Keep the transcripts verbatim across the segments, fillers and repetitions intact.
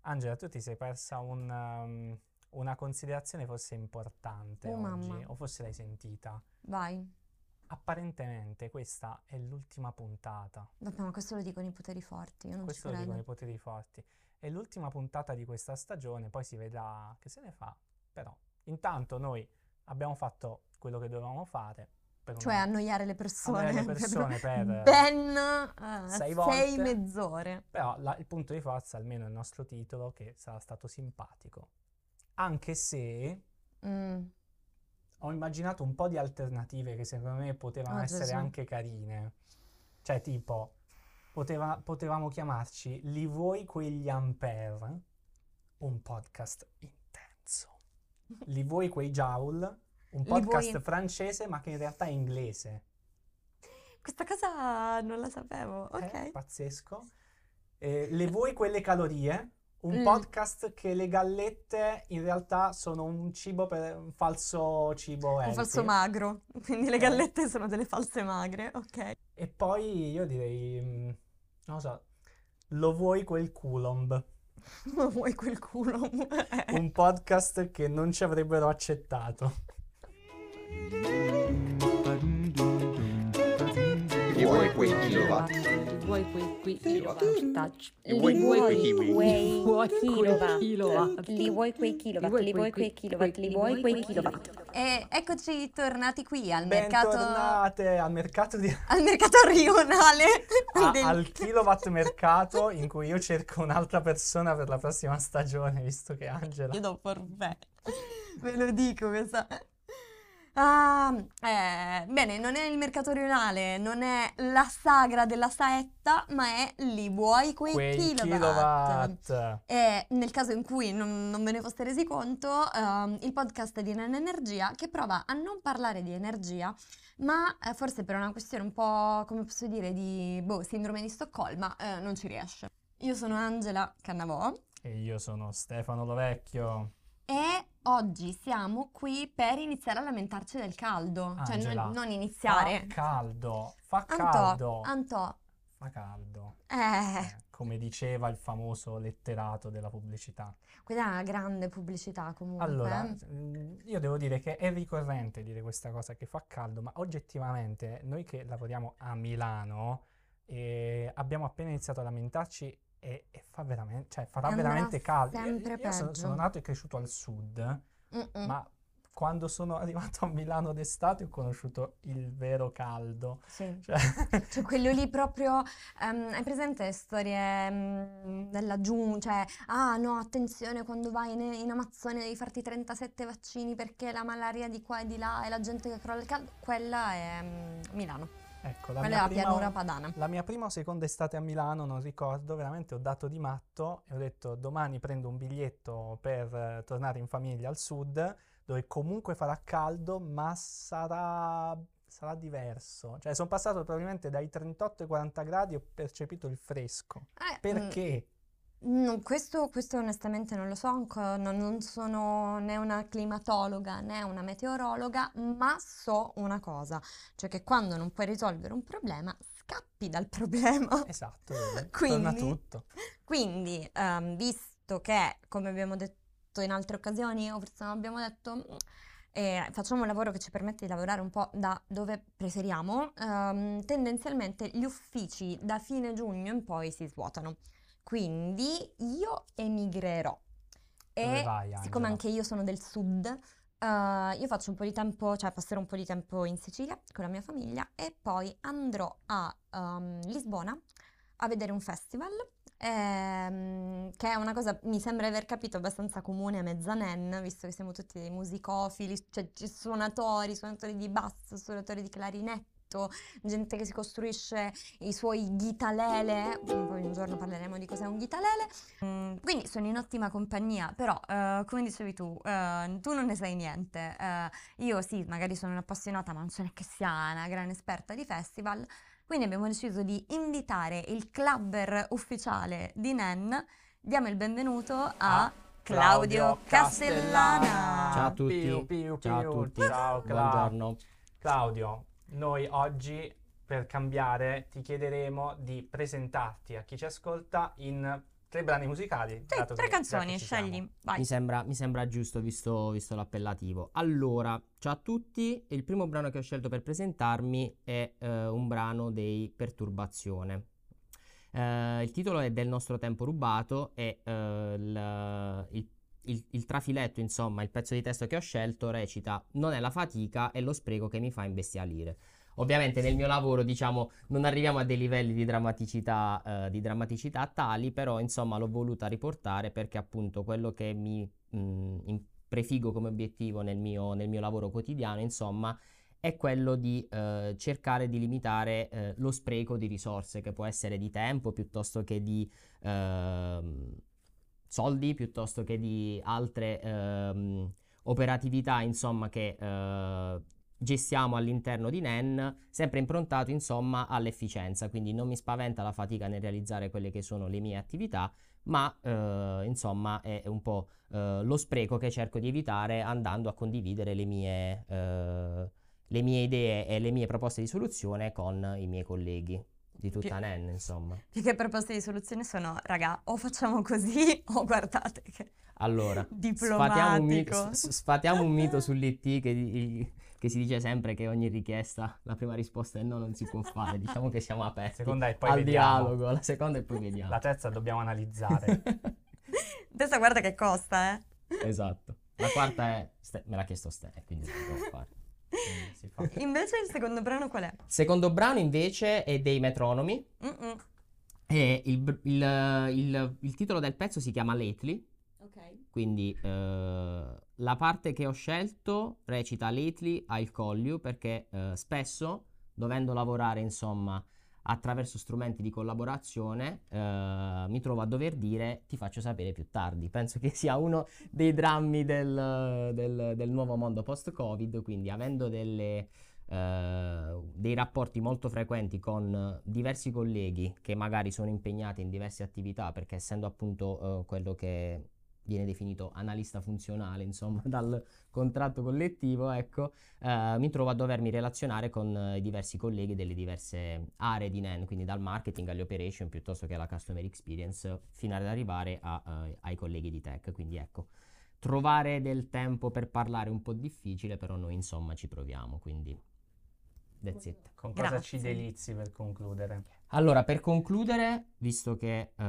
Angela, tu ti sei persa un, um, una considerazione forse importante Oh, oggi, mamma. o forse l'hai sentita. Vai. Apparentemente questa è l'ultima puntata. Vabbè, ma questo lo dicono i poteri forti, io non Questo ci lo dicono i credo. poteri forti. È l'ultima puntata di questa stagione, poi si vedrà che se ne fa. Però, intanto noi abbiamo fatto quello che dovevamo fare per Cioè una, annoiare le annoiare le persone persone per per ben eh, sei sei volte. mezz'ore. Però la- il punto di forza, almeno il nostro titolo, che sarà stato simpatico. Anche se Mm. ho immaginato un po' di alternative che secondo me potevano Oh essere Gesù. anche carine. Cioè, tipo, poteva- potevamo chiamarci Li vuoi quegli ampere? Un podcast intenso. Li vuoi quei joule? Un Li podcast vuoi... francese, ma che in realtà è inglese. Questa cosa non la sapevo, È ok. pazzesco. Eh, le vuoi quelle calorie? Un Mm. podcast che le gallette in realtà sono un cibo per un falso cibo Un healthy. falso magro, quindi le Ok. gallette sono delle false magre, ok. E poi io direi, mm, non lo so, lo vuoi quel Coulomb? Ma vuoi quel culo? Un podcast che non ci avrebbero accettato. Li vuoi quei kilowatt? Li vuoi quei quei Kilowatt. touch? Li vuoi quei kiwi? Li vuoi quei kilowatt. Li vuoi quei kilowatt? Li vuoi quei kilowatt? Li vuoi quei kilowatt? E eccoci tornati qui al mercato... Bentornate al mercato di... Al mercato rionale. a- del- al kilowatt mercato in cui io cerco un'altra persona per la prossima stagione, visto che Angela... Io do forfè. Ve lo dico questa. Ah, eh, bene, non è il mercato rionale, non è la sagra della saetta, ma è li vuoi quei, Quei kilowatt. kilowatt. E nel caso in cui non, non ve ne foste resi conto, ehm, il podcast di Nen Energia che prova a non parlare di energia, ma eh, forse per una questione un po', come posso dire, di boh, sindrome di Stoccolma, eh, non ci riesce. Io sono Angela Cannavò. E io sono Stefano Lovecchio. E oggi siamo qui per iniziare a lamentarci del caldo, cioè Angela, non, non iniziare. Fa caldo, fa Antò, caldo. Antò, Fa caldo. eh, Eh, come diceva il famoso letterato della pubblicità. quella è una grande pubblicità comunque. Allora, eh. mm, io devo dire che è ricorrente dire questa cosa che fa caldo, ma oggettivamente noi che lavoriamo a Milano eh, abbiamo appena iniziato a lamentarci e, e fa veramente, cioè farà E andrà veramente caldo. Io- sempre io sono, peggio. sono nato e cresciuto al sud, Mm-mm. ma quando sono arrivato a Milano d'estate ho conosciuto il vero caldo. Sì. Cioè, Cioè quello lì proprio, ehm, hai presente le storie mm, della giungla, cioè, ah no, attenzione quando vai in, in Amazzonia devi farti trentasette vaccini perché la malaria di qua e di là e la gente che crolla il caldo, quella è mm, Milano, ecco, la quella è mia la prima, pianura padana. la mia prima o seconda estate a Milano, non ricordo, veramente ho dato di matto e ho detto domani prendo un biglietto per eh, tornare in famiglia al sud, dove comunque farà caldo, ma sarà, sarà diverso. Cioè sono passato probabilmente dai trentotto ai quaranta gradi e ho percepito il fresco. Eh, Perché? mm, no, questo, questo onestamente non lo so, anco- non, non sono né una climatologa né una meteorologa, ma so una cosa, cioè che quando non puoi risolvere un problema, scappi dal problema. Esatto, vedi? Torna Quindi, tutto. quindi ehm, visto che, come abbiamo detto in altre occasioni, o forse non abbiamo detto, mm, eh, facciamo un lavoro che ci permette di lavorare un po' da dove preferiamo, ehm, tendenzialmente gli uffici da fine giugno in poi si svuotano. Quindi io emigrerò. Dove E vai, siccome Angela? anche io sono del sud, eh, io faccio un po' di tempo, cioè passerò un po' di tempo in Sicilia con la mia famiglia e poi andrò a ehm, Lisbona a vedere un festival, ehm, che è una cosa, mi sembra di aver capito, abbastanza comune a Mezzanen, visto che siamo tutti dei musicofili, cioè ci suonatori, suonatori di basso, suonatori di clarinetto, gente che si costruisce i suoi ghitalele, poi un giorno parleremo di cos'è un ghitalele. Mm, quindi sono in ottima compagnia, però eh, come dicevi tu, eh, tu non ne sai niente, eh, io sì, magari sono un'appassionata, ma non sono che sia una gran esperta di festival, quindi abbiamo deciso di invitare il clubber ufficiale di Nen, diamo il benvenuto a A Claudio Castellana. Ciao a tutti. Piu, piu, Ciao a piu. tutti. Ciao, Cla- Buongiorno. Claudio, noi oggi per cambiare ti chiederemo di presentarti a chi ci ascolta in tre brani musicali. Sì, dato tre che- canzoni, già che ci siamo. scegli, vai. Mi sembra, mi sembra giusto visto, visto l'appellativo. Allora, ciao a tutti. Il primo brano che ho scelto per presentarmi è eh, un brano dei Perturbazione. Eh, il titolo è Del nostro tempo rubato e eh, il, il, il, il trafiletto, insomma, il pezzo di testo che ho scelto recita: non è la fatica, è lo spreco che mi fa imbestialire. Ovviamente nel mio lavoro, diciamo, non arriviamo a dei livelli di drammaticità, eh, di drammaticità tali, però insomma l'ho voluta riportare perché appunto quello che mi mh, in- prefigo come obiettivo nel mio, nel mio lavoro quotidiano, insomma, è quello di eh, cercare di limitare eh, lo spreco di risorse, che può essere di tempo piuttosto che di ehm, soldi, piuttosto che di altre ehm, operatività, insomma, che eh, gestiamo all'interno di N E N, sempre improntato, insomma, all'efficienza. Quindi non mi spaventa la fatica nel realizzare quelle che sono le mie attività, ma eh, insomma è un po' eh, lo spreco che cerco di evitare andando a condividere le mie, eh, le mie idee e le mie proposte di soluzione con i miei colleghi di tutta N E N, insomma. Più che proposte di soluzione sono, raga, o facciamo così o guardate che Allora, diplomatico. sfatiamo un, mi- s- s- sfatiamo un mito sull'I T che, di- che si dice sempre che ogni richiesta, la prima risposta è no, non si può fare. Diciamo che siamo aperti Seconda e poi al vediamo. dialogo, la seconda e poi vediamo. La terza dobbiamo analizzare. Adesso guarda che costa, eh. Esatto. La quarta è, Ste- me l'ha chiesto Ste, quindi lo devo fare. Quindi si fa. Invece il secondo brano qual è? Secondo brano invece è dei Metronomi Mm-mm. e il, br- il, il- il titolo del pezzo si chiama Lately. Ok. Quindi eh, la parte che ho scelto recita Lately I'll call you perché eh, spesso, dovendo lavorare insomma attraverso strumenti di collaborazione, eh, mi trovo a dover dire ti faccio sapere più tardi. Penso che sia uno dei drammi del, del- del nuovo mondo post-Covid, quindi avendo delle, eh, dei rapporti molto frequenti con diversi colleghi che magari sono impegnati in diverse attività, perché essendo appunto eh, quello che viene definito analista funzionale, insomma, dal contratto collettivo, ecco, eh, mi trovo a dovermi relazionare con eh, i diversi colleghi delle diverse aree di N E N, quindi dal marketing alle operation piuttosto che alla customer experience, fino ad arrivare a, eh, ai colleghi di tech. Quindi ecco, trovare del tempo per parlare è un po' difficile, però noi insomma ci proviamo, quindi that's it. Con cosa Grazie. ci delizi per concludere? Allora, per concludere, visto che eh,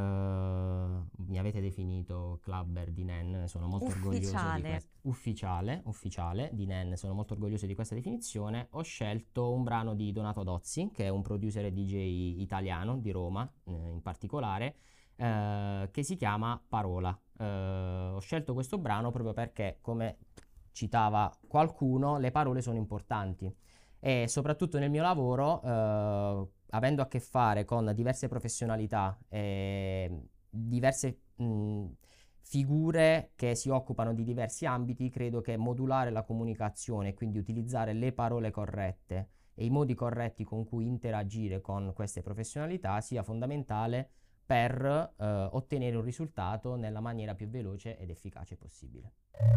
mi avete definito clubber di N E N, sono molto orgoglioso di Ufficiale. questo. Ufficiale, ufficiale di N E N, sono molto orgoglioso di questa definizione. Ho scelto un brano di Donato Dozzi, che è un producer e D J italiano di Roma, eh, in particolare, eh, che si chiama Parola. Eh, ho scelto questo brano proprio perché, come citava qualcuno, le parole sono importanti. E soprattutto nel mio lavoro, eh, avendo a che fare con diverse professionalità e diverse mh, figure che si occupano di diversi ambiti, credo che modulare la comunicazione, quindi utilizzare le parole corrette e i modi corretti con cui interagire con queste professionalità sia fondamentale per eh, ottenere un risultato nella maniera più veloce ed efficace possibile.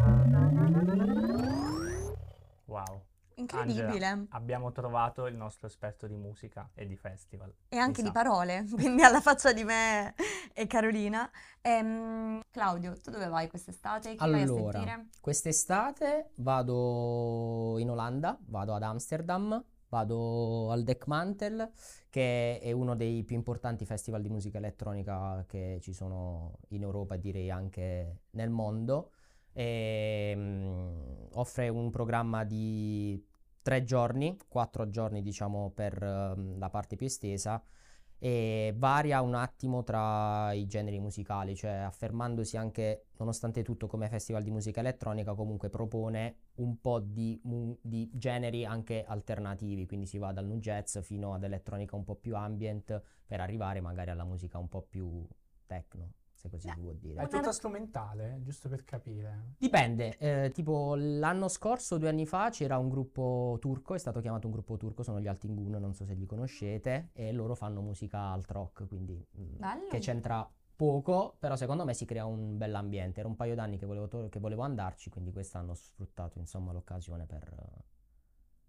Wow. Incredibile. Angela, abbiamo trovato il nostro esperto di musica e di festival. E anche Mi di sa. parole, quindi alla faccia di me e Carolina. Ehm, Claudio, tu dove vai quest'estate? Chi vai a Allora, sentire? quest'estate vado in Olanda, vado ad Amsterdam, vado al Dekmantel, che è uno dei più importanti festival di musica elettronica che ci sono in Europa e direi anche nel mondo. E, mm, offre un programma di tre giorni, quattro giorni diciamo per ehm, la parte più estesa, e varia un attimo tra i generi musicali, cioè affermandosi anche, nonostante tutto, come festival di musica elettronica, comunque propone un po' di, mu- di generi anche alternativi, quindi si va dal nu jazz fino ad elettronica un po' più ambient per arrivare magari alla musica un po' più techno, se così Beh, si può dire. È tutta strumentale, giusto per capire. Dipende, eh, tipo l'anno scorso, due anni fa, c'era un gruppo turco, è stato chiamato un gruppo turco, sono gli Altingun, non so se li conoscete, e loro fanno musica alt rock, quindi mm, Bello. che c'entra poco, però secondo me si crea un bell'ambiente. Era un paio d'anni che volevo, to- che volevo andarci, quindi quest'anno ho sfruttato insomma l'occasione per,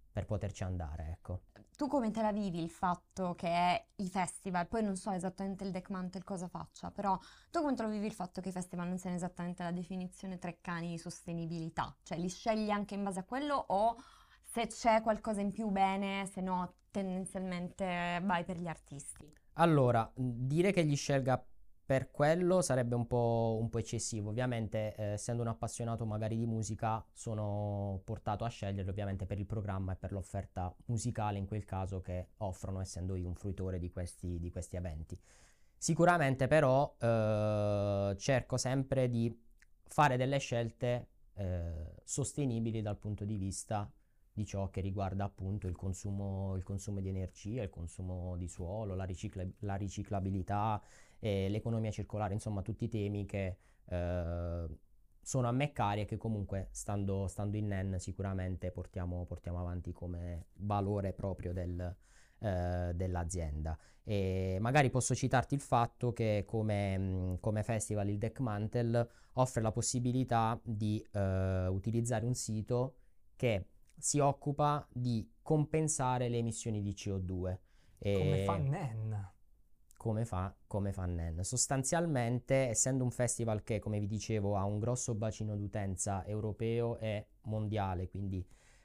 per poterci andare, ecco. Tu come te la vivi il fatto che i festival, poi non so esattamente il Deckmantel cosa faccia, però tu come te lo vivi il fatto che i festival non siano esattamente la definizione Treccani di sostenibilità? Cioè li scegli anche in base a quello o se c'è qualcosa in più bene, se no tendenzialmente vai per gli artisti? Allora, dire che gli scelga per quello sarebbe un po', un po' eccessivo. Ovviamente, eh, essendo un appassionato magari di musica, sono portato a scegliere ovviamente per il programma e per l'offerta musicale in quel caso che offrono, essendo io un fruitore di questi, di questi eventi. Sicuramente però eh, cerco sempre di fare delle scelte eh, sostenibili dal punto di vista di ciò che riguarda appunto il consumo, il consumo di energia, il consumo di suolo, la, ricicla- la riciclabilità, e l'economia circolare, insomma tutti i temi che eh, sono a me cari e che comunque stando, stando in N E N sicuramente portiamo, portiamo avanti come valore proprio del, eh, dell'azienda. E magari posso citarti il fatto che come, mh, come festival il Deckmantel offre la possibilità di eh, utilizzare un sito che si occupa di compensare le emissioni di C O due. Come E fa N E N. come fa, come fa N E N. Sostanzialmente, essendo un festival che, come vi dicevo, ha un grosso bacino d'utenza europeo e mondiale, quindi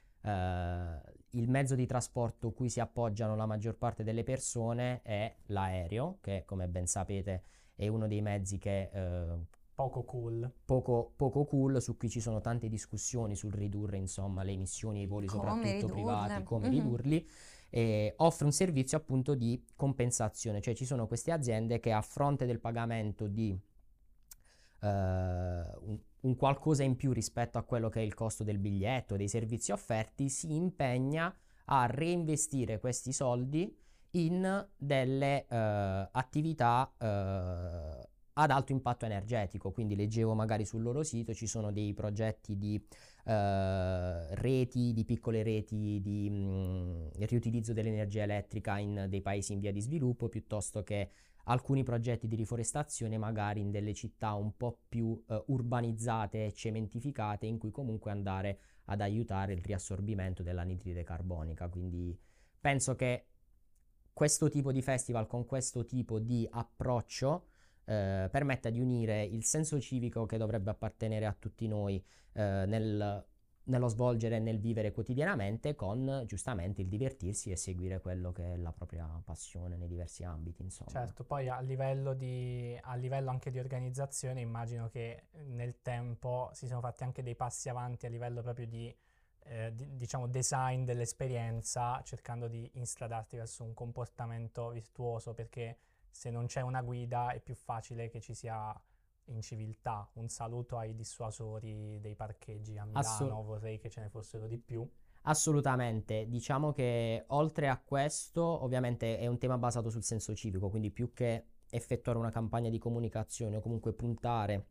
eh, il mezzo di trasporto cui si appoggiano la maggior parte delle persone è l'aereo, che come ben sapete è uno dei mezzi che eh, Poco cool. poco, poco cool, su cui ci sono tante discussioni sul ridurre insomma le emissioni e i voli Come soprattutto ridurle. privati, come Mhm. ridurli. E offre un servizio appunto di compensazione, cioè ci sono queste aziende che a fronte del pagamento di eh, un, un qualcosa in più rispetto a quello che è il costo del biglietto, dei servizi offerti, si impegna a reinvestire questi soldi in delle eh, attività eh, ad alto impatto energetico. Quindi leggevo magari sul loro sito ci sono dei progetti di eh, reti, di piccole reti di mh, riutilizzo dell'energia elettrica in dei paesi in via di sviluppo, piuttosto che alcuni progetti di riforestazione magari in delle città un po' più eh, urbanizzate e cementificate, in cui comunque andare ad aiutare il riassorbimento dell'anidride carbonica. Quindi penso che questo tipo di festival con questo tipo di approccio eh, permetta di unire il senso civico che dovrebbe appartenere a tutti noi eh, nel, nello svolgere e nel vivere quotidianamente con giustamente il divertirsi e seguire quello che è la propria passione nei diversi ambiti, insomma. Certo, poi a livello, di, a livello anche di organizzazione immagino che nel tempo si sono fatti anche dei passi avanti a livello proprio di, eh, di- diciamo, design dell'esperienza, cercando di instradarti verso un comportamento virtuoso, perché se non c'è una guida è più facile che ci sia inciviltà. Un saluto ai dissuasori dei parcheggi a Milano, Assol- vorrei che ce ne fossero di più. Assolutamente, diciamo che oltre a questo ovviamente è un tema basato sul senso civico, quindi più che effettuare una campagna di comunicazione o comunque puntare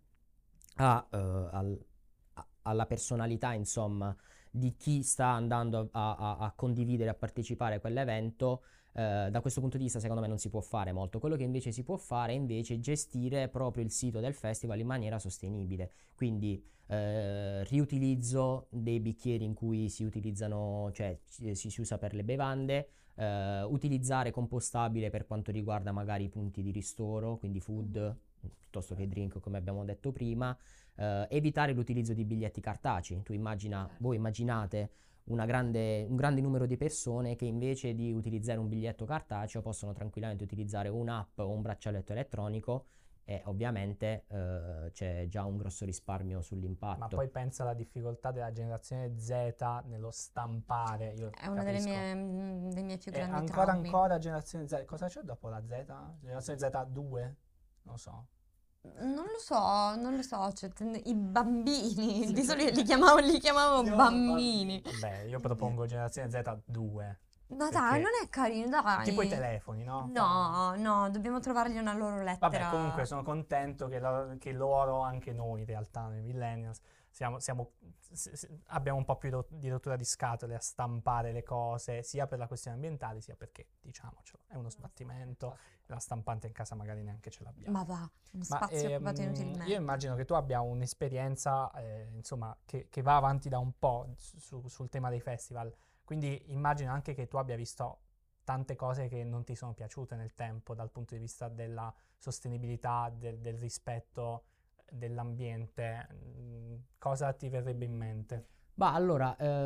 a, eh, al- a- alla personalità, insomma, di chi sta andando a, a- a condividere, a partecipare a quell'evento, eh, da questo punto di vista secondo me non si può fare molto. Quello che invece si può fare è invece gestire proprio il sito del festival in maniera sostenibile, quindi eh, riutilizzo dei bicchieri in cui si utilizzano, cioè ci- si, si usa per le bevande, eh, utilizzare compostabile per quanto riguarda magari i punti di ristoro, quindi food piuttosto che drink come abbiamo detto prima, eh, evitare l'utilizzo di biglietti cartacei. Tu immagina, voi immaginate una grande, un grande numero di persone che invece di utilizzare un biglietto cartaceo possono tranquillamente utilizzare un'app o un braccialetto elettronico e ovviamente eh, c'è già un grosso risparmio sull'impatto. Ma poi pensa alla difficoltà della generazione Z nello stampare. Io È uno delle capisco. mie, mm, dei miei più E grandi ancora traumi. ancora generazione Z. Cosa c'è dopo la Z? Generazione Z due? Non so. Non lo so, non lo so, cioè, ten- i bambini, Sì. di solito li chiamavo, li chiamavo Io bambini. Vabbè, io propongo generazione Z due. No dai, Perché- non è carino, dai. Tipo i telefoni, no? No, no, dobbiamo trovargli una loro lettera. Vabbè, comunque sono contento che, lo- che loro, anche noi in realtà, noi millennials, siamo, siamo- s- s- abbiamo un po' più ro- di rottura di scatole a stampare le cose, sia per la questione ambientale, sia perché, diciamocelo, è uno sbattimento, la stampante in casa magari neanche ce l'abbiamo. Ma va, un Ma, spazio occupato ehm, inutilmente. io immagino che tu abbia un'esperienza, eh, insomma, che, che va avanti da un po' su- sul tema dei festival. Quindi immagino anche che tu abbia visto tante cose che non ti sono piaciute nel tempo dal punto di vista della sostenibilità, del, del rispetto dell'ambiente. Mm, cosa ti verrebbe in mente? Bah, allora, eh,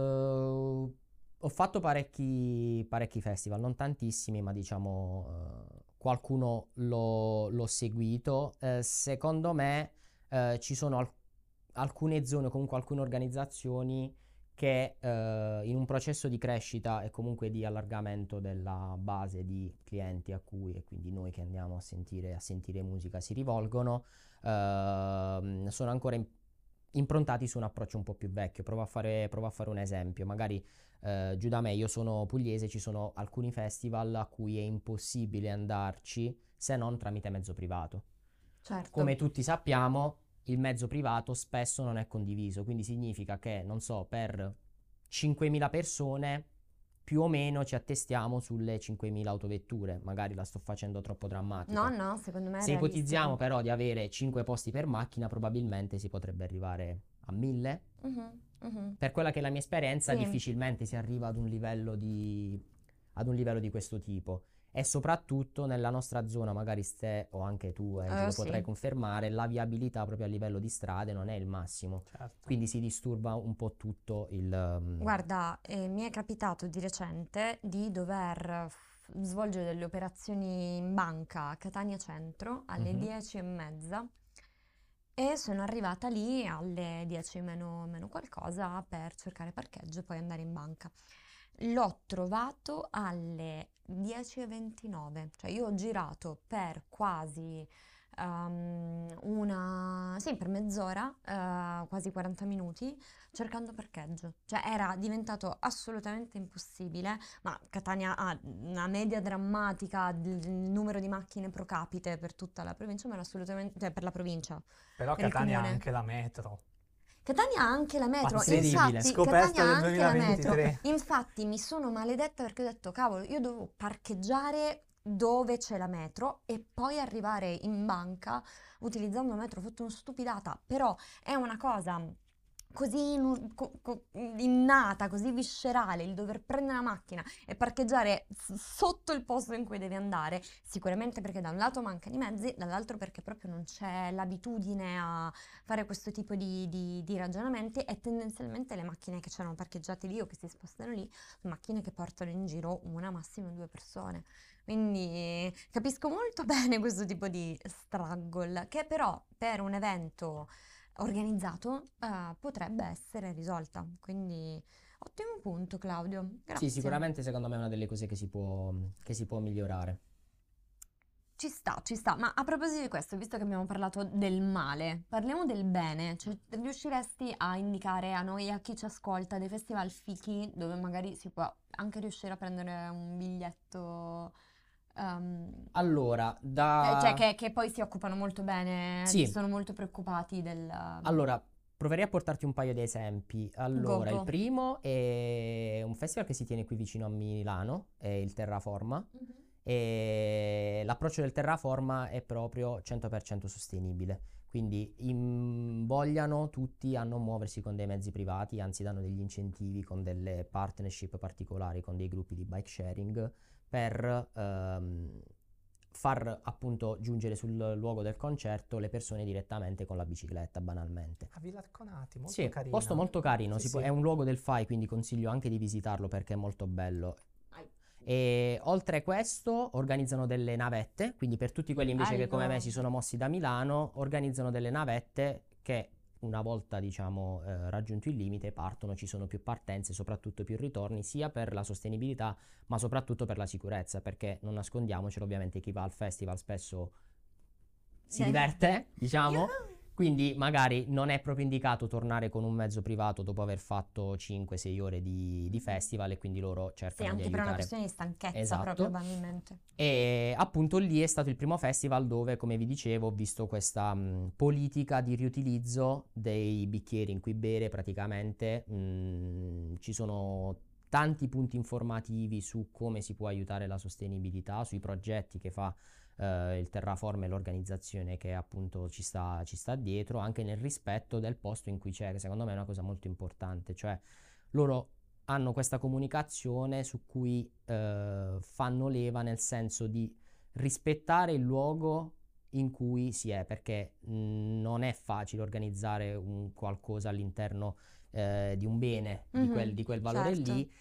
ho fatto parecchi, parecchi festival, non tantissimi, ma diciamo eh, qualcuno l'ho, l'ho seguito. Eh, secondo me eh, ci sono al- alcune zone, o comunque alcune organizzazioni che eh, in un processo di crescita e comunque di allargamento della base di clienti a cui, e quindi noi che andiamo a sentire, a sentire musica, si rivolgono, ehm, sono ancora in- improntati su un approccio un po' più vecchio. Provo a fare, provo a fare un esempio. Magari eh, giù da me, io sono pugliese, ci sono alcuni festival a cui è impossibile andarci se non tramite mezzo privato. Certo. Come tutti sappiamo, il mezzo privato spesso non è condiviso, quindi significa che, non so, per cinquemila persone più o meno ci attestiamo sulle cinquemila autovetture. Magari la sto facendo troppo drammatica. No, no, secondo me è Se realistico. ipotizziamo però di avere cinque posti per macchina, probabilmente si potrebbe arrivare a mille. Mhm, mhm. Per quella che è la mia esperienza, Sì. difficilmente si arriva ad un livello di, ad un livello di questo tipo. E soprattutto nella nostra zona, magari ste o anche tu eh, Eh, lo sì. potrai confermare, la viabilità proprio a livello di strade non è il massimo. Certo. Quindi si disturba un po' tutto il... um, Guarda, eh, mi è capitato di recente di dover f- svolgere delle operazioni in banca a Catania Centro alle Mhm. dieci e mezza e sono arrivata lì alle dieci meno, meno qualcosa per cercare parcheggio e poi andare in banca. L'ho trovato alle dieci e ventinove, cioè io ho girato per quasi ehm, una, sì, per mezz'ora, eh, quasi quaranta minuti, cercando parcheggio. Cioè era diventato assolutamente impossibile, ma Catania ha una media drammatica del numero di macchine pro capite per tutta la provincia, ma era assolutamente, cioè per la provincia. Però per il Catania ha comune. anche la metro. Catania ha anche la metro, Incredibile. infatti Scoperta Catania ha del anche la metro. duemilaventitré. Infatti mi sono maledetta perché ho detto, cavolo, io dovevo parcheggiare dove c'è la metro e poi arrivare in banca utilizzando la metro. Ho fatto una stupidata, però è una cosa così nu- co- co- innata, così viscerale, il dover prendere la macchina e parcheggiare s- sotto il posto in cui devi andare, sicuramente perché da un lato mancano i mezzi, dall'altro perché proprio non c'è l'abitudine a fare questo tipo di, di- di ragionamenti e tendenzialmente le macchine che c'erano parcheggiate lì o che si spostano lì sono macchine che portano in giro una, massimo due persone. Quindi capisco molto bene questo tipo di struggle che però per un evento organizzato eh, potrebbe essere risolta. Quindi ottimo punto, Claudio. Grazie. Sì, sicuramente secondo me è una delle cose che si può, che si può migliorare. Ci sta, ci sta. Ma a proposito di questo, visto che abbiamo parlato del male, parliamo del bene. Cioè, riusciresti a indicare a noi, a chi ci ascolta, dei festival fichi dove magari si può anche riuscire a prendere un biglietto, ehm, Allora, eh, da... cioè che, che poi si occupano molto bene, Sì. sono molto preoccupati del... Allora, proverei a portarti un paio di esempi. Allora, Go, il go. primo è un festival che si tiene qui vicino a Milano, è il Terraforma, Mhm. e l'approccio del Terraforma è proprio cento per cento sostenibile. Quindi invogliano tutti a non muoversi con dei mezzi privati, anzi danno degli incentivi con delle partnership particolari con dei gruppi di bike sharing per ehm, far appunto giungere sul luogo del concerto le persone direttamente con la bicicletta, banalmente. A Villarconati, molto Sì, carino. posto molto carino, Sì, si può- sì. è un luogo del F A I, quindi consiglio anche di visitarlo perché è molto bello. E oltre a questo organizzano delle navette, quindi per tutti quelli invece che come me si sono mossi da Milano, organizzano delle navette che una volta diciamo eh, raggiunto il limite partono, ci sono più partenze, soprattutto più ritorni, sia per la sostenibilità ma soprattutto per la sicurezza, perché non nascondiamocelo, ovviamente chi va al festival spesso si Dai. diverte, diciamo. Quindi magari non è proprio indicato tornare con un mezzo privato dopo aver fatto cinque sei ore di, di festival e quindi loro Sì, cercano di anche per una aiutare. questione di stanchezza Esatto. proprio banalmente. E appunto lì è stato il primo festival dove, come vi dicevo, ho visto questa mh, politica di riutilizzo dei bicchieri in cui bere praticamente. Mh, ci sono tanti punti informativi su come si può aiutare la sostenibilità, sui progetti che fa eh, il Terraform e l'organizzazione che appunto ci sta, ci sta dietro, anche nel rispetto del posto in cui c'è, che secondo me è una cosa molto importante, cioè loro hanno questa comunicazione su cui eh, fanno leva nel senso di rispettare il luogo in cui si è, perché mh, non è facile organizzare un qualcosa all'interno eh, di un bene, mm-hmm, di, quel, di quel valore certo. lì.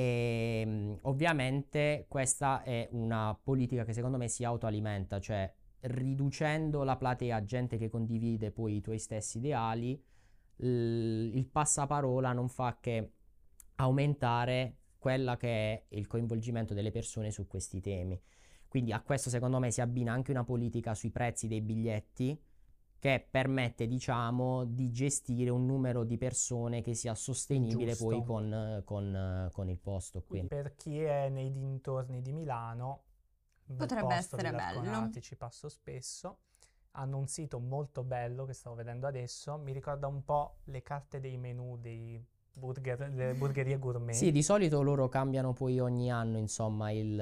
E mh, ovviamente questa è una politica che secondo me si autoalimenta, cioè riducendo la platea, gente che condivide poi i tuoi stessi ideali, l- il passaparola non fa che aumentare quella che è il coinvolgimento delle persone su questi temi. Quindi a questo secondo me si abbina anche una politica sui prezzi dei biglietti che permette, diciamo, di gestire un numero di persone che sia sostenibile Giusto. poi con, con, con il posto qui. Per chi è nei dintorni di Milano, un bel Potrebbe posto, essere Villa bello. Arconati, ci passo spesso. Hanno un sito molto bello che stavo vedendo adesso, mi ricorda un po' le carte dei menù dei burger, delle burgerie gourmet. Sì, di solito loro cambiano poi ogni anno, insomma, il,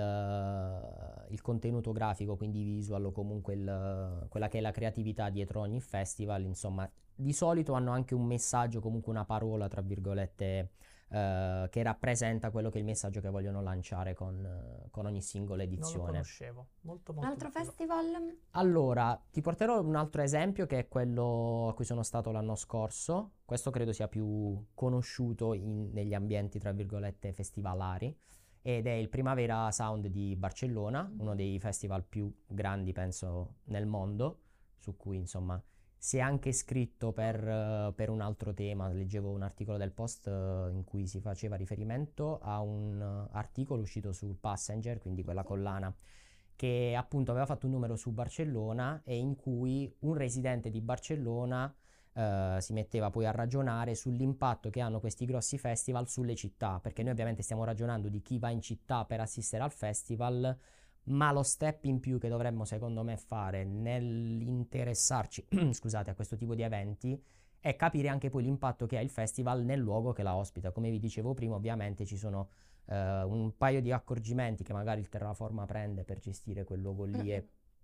uh, il contenuto grafico, quindi visual o comunque il, quella che è la creatività dietro ogni festival, insomma, di solito hanno anche un messaggio, comunque una parola, tra virgolette, uh, che rappresenta quello che è il messaggio che vogliono lanciare con, con ogni singola edizione. Non lo conoscevo, molto molto Un altro bello. festival? Allora, ti porterò un altro esempio che è quello a cui sono stato l'anno scorso. Questo credo sia più conosciuto in- negli ambienti, tra virgolette, festivalari, ed è il Primavera Sound di Barcellona, uno dei festival più grandi, penso, nel mondo, su cui, insomma, si è anche scritto per, eh, per un altro tema. Leggevo un articolo del Post eh, in cui si faceva riferimento a un eh, articolo uscito sul Passenger, quindi quella collana che appunto aveva fatto un numero su Barcellona e in cui un residente di Barcellona eh, si metteva poi a ragionare sull'impatto che hanno questi grossi festival sulle città, perché noi ovviamente stiamo ragionando di chi va in città per assistere al festival, ma lo step in più che dovremmo secondo me fare nell'interessarci scusate, a questo tipo di eventi è capire anche poi l'impatto che ha il festival nel luogo che la ospita. Come vi dicevo prima, ovviamente ci sono Uh, un paio di accorgimenti che magari il Terraforma prende per gestire quel luogo lì mm-hmm. e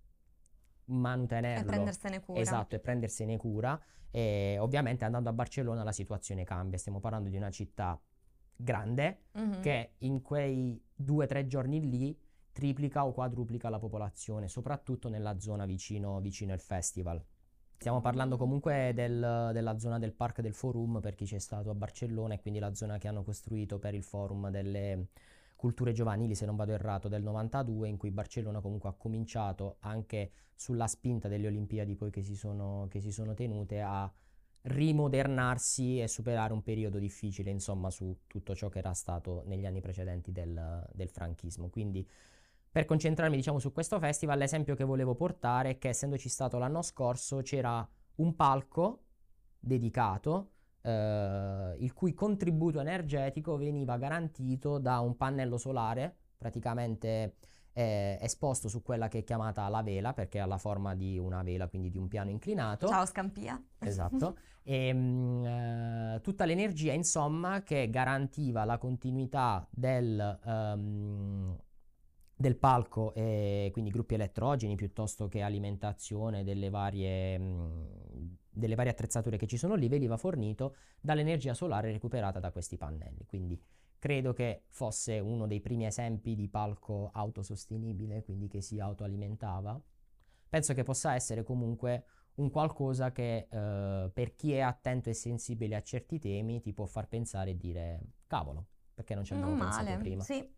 manutenerlo. E prendersene cura. Esatto, e prendersene cura. E ovviamente andando a Barcellona la situazione cambia. Stiamo parlando di una città grande mm-hmm. che in quei due o tre giorni lì triplica o quadruplica la popolazione, soprattutto nella zona vicino, vicino al festival. Stiamo parlando comunque del, della zona del Parc del Forum, per chi c'è stato a Barcellona, e quindi la zona che hanno costruito per il Forum delle Culture Giovanili, se non vado errato, del novantadue, in cui Barcellona comunque ha cominciato, anche sulla spinta delle Olimpiadi poi che si sono, che si sono tenute, a rimodernarsi e superare un periodo difficile, insomma, su tutto ciò che era stato negli anni precedenti del, del franchismo. Quindi, per concentrarmi, diciamo, su questo festival, l'esempio che volevo portare è che, essendoci stato l'anno scorso, c'era un palco dedicato, eh, il cui contributo energetico veniva garantito da un pannello solare, praticamente eh, esposto su quella che è chiamata la vela, perché ha la forma di una vela, quindi di un piano inclinato. Ciao Scampia. Esatto. E mh, eh, tutta l'energia, insomma, che garantiva la continuità del... Um, del palco, e quindi gruppi elettrogeni piuttosto che alimentazione delle varie, mh, delle varie attrezzature che ci sono lì, veniva fornito dall'energia solare recuperata da questi pannelli. Quindi credo che fosse uno dei primi esempi di palco autosostenibile, quindi che si autoalimentava. Penso che possa essere comunque un qualcosa che eh, per chi è attento e sensibile a certi temi ti può far pensare e dire cavolo, perché non ci avevo Non pensato male, prima. sì.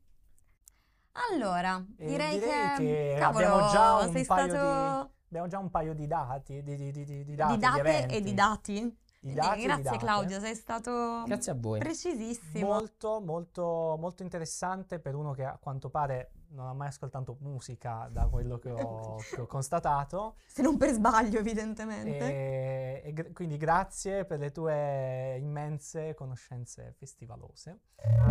Allora, E direi, direi che, che cavolo, abbiamo già un sei paio stato di abbiamo già un paio di dati, di, di, di, di, di dati, di di date eventi. e di dati. Di Quindi dati e di grazie date. Claudio, sei stato Grazie a voi. precisissimo. Molto, molto, molto interessante per uno che a quanto pare non ha mai ascoltato musica, da quello che ho, che ho constatato. Se non per sbaglio, evidentemente. E, e gr- quindi grazie per le tue immense conoscenze festivalose.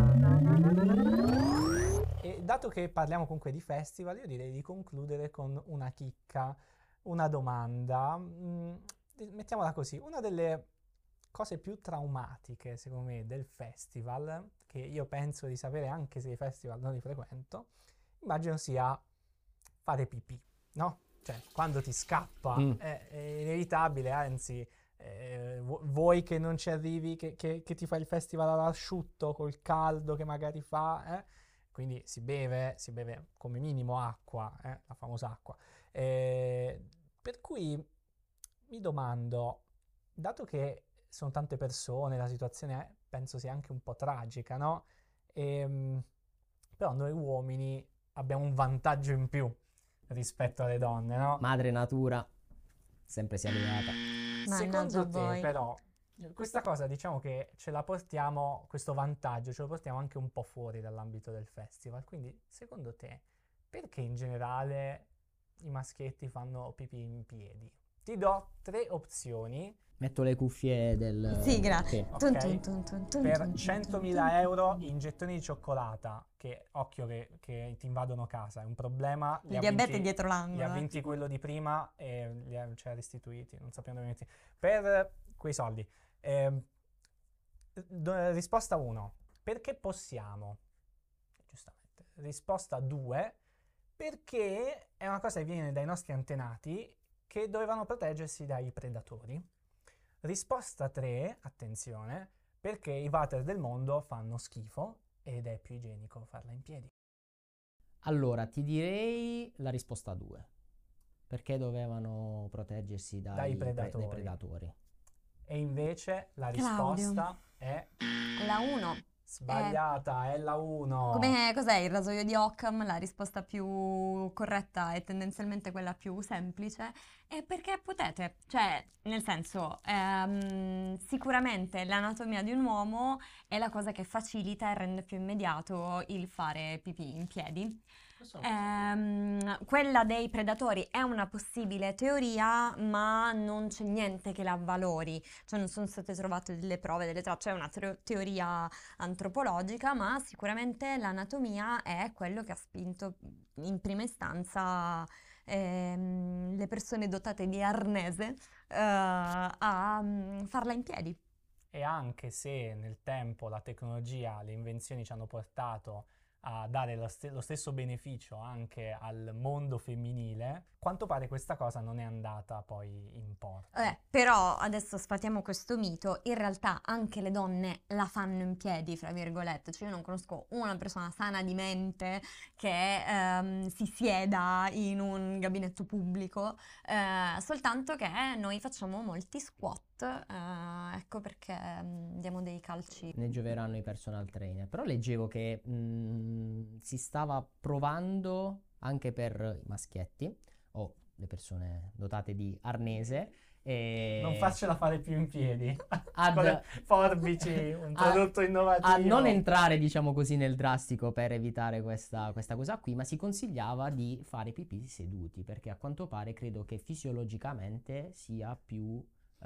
E dato che parliamo comunque di festival, io direi di concludere con una chicca, una domanda. Mm, mettiamola così, una delle cose più traumatiche, secondo me, del festival, che io penso di sapere anche se i festival non li frequento, immagino sia fare pipì, no? Cioè, quando ti scappa Mm. è, è inevitabile, anzi, eh, vu- vuoi che non ci arrivi, che, che- che ti fa il festival all'asciutto col caldo che magari fa, eh? Quindi si beve, si beve come minimo acqua, eh? La famosa acqua. Eh, per cui mi domando, dato che sono tante persone, la situazione è, penso sia anche un po' tragica, no? Ehm, però noi uomini abbiamo un vantaggio in più rispetto alle donne, no? Madre natura, sempre sia lodata. Mannaggia Secondo a te, voi. però, questa cosa diciamo che ce la portiamo, questo vantaggio ce lo portiamo anche un po' fuori dall'ambito del festival. Quindi, secondo te, perché in generale i maschietti fanno pipì in piedi? Ti do tre opzioni. Metto le cuffie del... Sì, grazie. Ok. Tun tun tun tun tun Per tun tun centomila tun. euro in gettoni di cioccolata, che occhio che, che ti invadono casa, è un problema. Li Il ha diabete vinti- dietro Li ha l'angolo. eh. vinti quello di prima e li ha cioè, restituiti, non sappiamo dove metti. Per quei soldi. Ehm, do- risposta uno, perché possiamo? Giustamente. Risposta due, perché è una cosa che viene dai nostri antenati che dovevano proteggersi dai predatori. Risposta tre, attenzione, perché i water del mondo fanno schifo ed è più igienico farla in piedi. Allora, ti direi la risposta due. Perché dovevano proteggersi dai, Dai pre- predatori. dai predatori? E invece la Claudio. risposta è La uno. sbagliata, è la uno. Come, cos'è il rasoio di Occam? La risposta più corretta è tendenzialmente quella più semplice. È perché potete, cioè, nel senso, ehm, sicuramente l'anatomia di un uomo è la cosa che facilita e rende più immediato il fare pipì in piedi. Ehm, quella dei predatori è una possibile teoria, ma non c'è niente che la avvalori, cioè non sono state trovate delle prove, delle tracce, è una teo- teoria antropologica, ma sicuramente l'anatomia è quello che ha spinto in prima istanza ehm, le persone dotate di arnese eh, a mm, farla in piedi. E anche se nel tempo la tecnologia, le invenzioni ci hanno portato a dare lo, st- lo stesso beneficio anche al mondo femminile, quanto pare questa cosa non è andata poi in porto. Eh, però adesso sfatiamo questo mito, in realtà anche le donne la fanno in piedi, fra virgolette, cioè io non conosco una persona sana di mente che ehm, si sieda in un gabinetto pubblico, eh, soltanto che noi facciamo molti squat, eh, ecco perché mm, diamo dei calci. Ne gioveranno i personal trainer. Però leggevo che mh, si stava provando anche per i maschietti o le persone dotate di arnese. E Non farcela fare più in piedi. Ad- Con le forbici, un a- prodotto innovativo. a non entrare, diciamo così, nel drastico per evitare questa, questa cosa qui, ma si consigliava di fare pipì seduti, perché a quanto pare credo che fisiologicamente sia più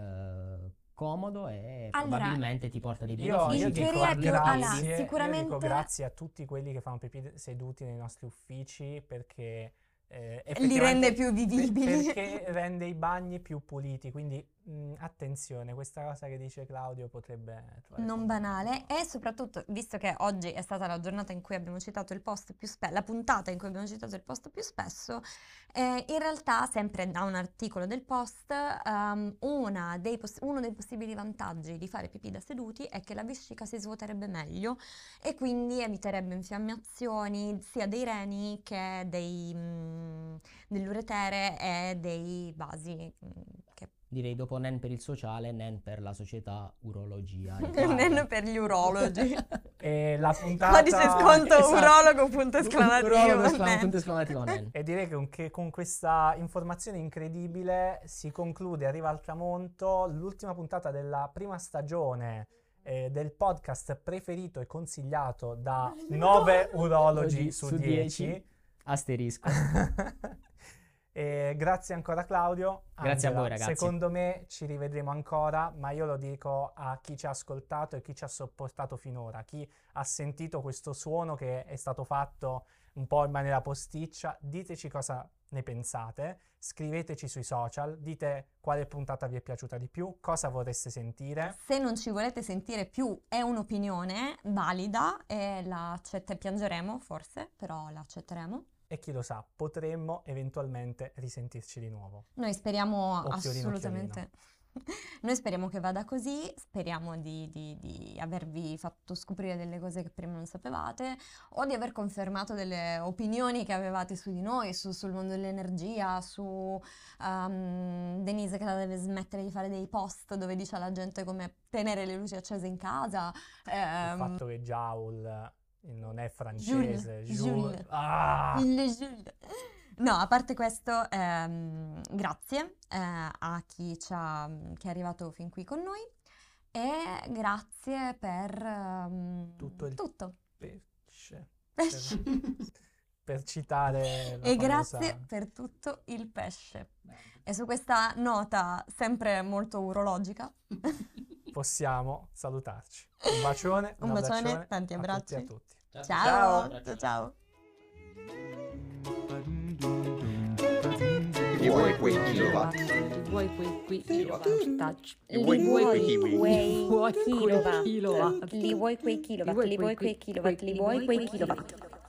eh, comodo e Allora, probabilmente ti porta dei Io, benefici. io In dico teoria è più- allora, grazie, io sicuramente- dico grazie a tutti quelli che fanno pipì seduti nei nostri uffici perché eh, Li rende effettivamente- più per- vivibili. perché rende i bagni più puliti, quindi mh, attenzione, questa cosa che dice Claudio potrebbe trovare Non fondamento. banale, e soprattutto, visto che oggi è stata la giornata in cui abbiamo citato il post più spesso, la puntata in cui abbiamo citato il post più spesso, eh, in realtà, sempre da un articolo del post, ehm, una dei poss- uno dei possibili vantaggi di fare pipì da seduti è che la vescica si svuoterebbe meglio e quindi eviterebbe infiammazioni sia dei reni che dei, mm, dell'uretere e dei vasi. mm, che Direi dopo Nen per il sociale, Nen per la società urologia. Nemmeno per gli urologi. E la puntata... Codice sconto Esatto. urologo punto esclamativo. Urologo, esclama- Nen. punto esclamativo Nen. E direi che con, che con questa informazione incredibile si conclude, arriva al tramonto l'ultima puntata della prima stagione eh, del podcast preferito e consigliato da nove urologi Oggi su su dieci. dieci. Asterisco. E grazie ancora Claudio. Grazie a Angela, voi, ragazzi. Secondo me ci rivedremo ancora, ma io lo dico a chi ci ha ascoltato e chi ci ha sopportato finora, chi ha sentito questo suono che è stato fatto un po' in maniera posticcia, diteci cosa ne pensate, scriveteci sui social, dite quale puntata vi è piaciuta di più, cosa vorreste sentire. Se non ci volete sentire più, è un'opinione valida e la accetta- piangeremo forse, però la accetteremo. E chi lo sa, potremmo eventualmente risentirci di nuovo. Noi speriamo Occhiolino, assolutamente. Noi speriamo che vada così, speriamo di, di- di avervi fatto scoprire delle cose che prima non sapevate o di aver confermato delle opinioni che avevate su di noi, su- sul mondo dell'energia, su ehm, Denise che deve smettere di fare dei post dove dice alla gente come tenere le luci accese in casa. Il ehm, fatto che Jaul non è francese, Jules, Jules. Jules. Ah! Il Jules. No, a parte questo, ehm, grazie eh, a chi ci ha- che è arrivato fin qui con noi e grazie per ehm, Tutto il tutto. pesce. Pesce. Per, per citare la E famosa... grazie per tutto il pesce. E su questa nota sempre molto urologica, possiamo salutarci. Un bacione, un un bacione, abbraccione tanti a tutti abbracci. e a tutti. Ciao, Ciao. ciao, ciao. Li vuoi quei kilowatt? Li vuoi quei qui Kilowatt. touch? Li vuoi quei kiwi? Li vuoi quei kilowatt? kilowatt? Li vuoi quei kilowatt? Li vuoi quei kilowatt? Li vuoi quei kilowatt?